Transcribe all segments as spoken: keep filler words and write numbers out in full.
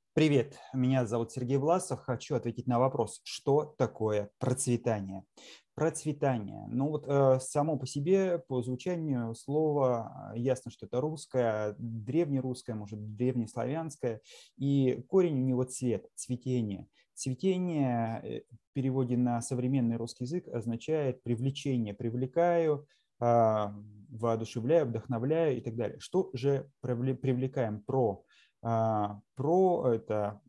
Привет, меня зовут Сергей Власов. Хочу ответить на вопрос, что такое процветание. Процветание. Ну вот э, само по себе, по звучанию слова, э, ясно, что это русское, древнерусское, может, древнеславянское, и корень у него цвет, цветение. Цветение э, в переводе на современный русский язык означает привлечение, привлекаю, э, воодушевляю, вдохновляю и так далее. Что же привле- привлекаем про? А, про это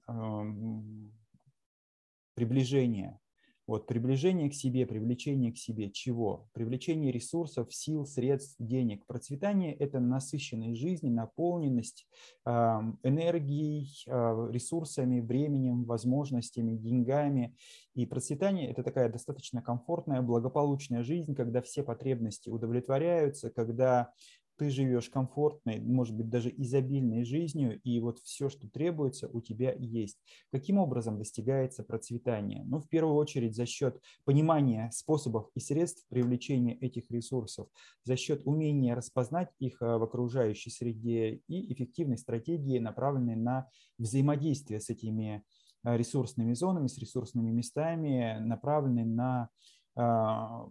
ам, приближение. Вот, приближение к себе, привлечение к себе чего? Привлечение ресурсов, сил, средств, денег. Процветание – это насыщенность жизни, наполненность ам, энергией, а, ресурсами, временем, возможностями, деньгами. И процветание – это такая достаточно комфортная, благополучная жизнь, когда все потребности удовлетворяются, когда ты живешь комфортной, может быть, даже изобильной жизнью, и вот все, что требуется, у тебя есть. Каким образом достигается процветание? Ну, в первую очередь, за счет понимания способов и средств привлечения этих ресурсов, за счет умения распознать их э, в окружающей среде и эффективной стратегии, направленной на взаимодействие с этими э, ресурсными зонами, с ресурсными местами, направленной на а,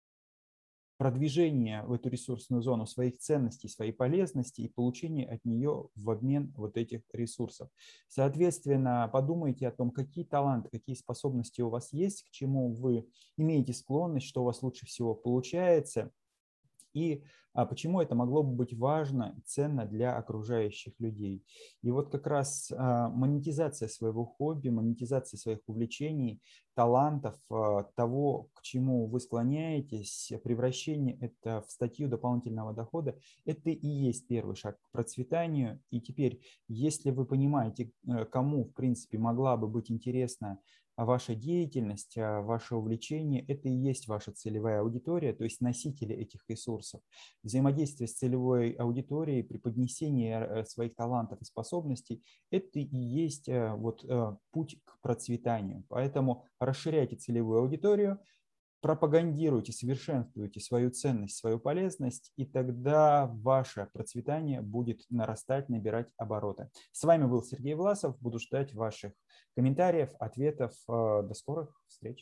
продвижение в эту ресурсную зону своих ценностей, своей полезности и получение от нее в обмен вот этих ресурсов. Соответственно, подумайте о том, какие таланты, какие способности у вас есть, к чему вы имеете склонность, что у вас лучше всего получается, и а, почему это могло бы быть важно и ценно для окружающих людей. И вот как раз а, монетизация своего хобби, монетизация своих увлечений, талантов, а, того, к чему вы склоняетесь, превращение это в статью дополнительного дохода, это и есть первый шаг к процветанию. И теперь, если вы понимаете, э, кому, в принципе, могла бы быть интересна а ваша деятельность, а ваше увлечение – это и есть ваша целевая аудитория, то есть носители этих ресурсов. Взаимодействие с целевой аудиторией при поднесении э, своих талантов и способностей – это и есть э, вот, э, путь к процветанию. Поэтому расширяйте целевую аудиторию, пропагандируйте, совершенствуйте свою ценность, свою полезность, и тогда ваше процветание будет нарастать, набирать обороты. С вами был Сергей Власов. Буду ждать ваших комментариев, ответов. До скорых встреч.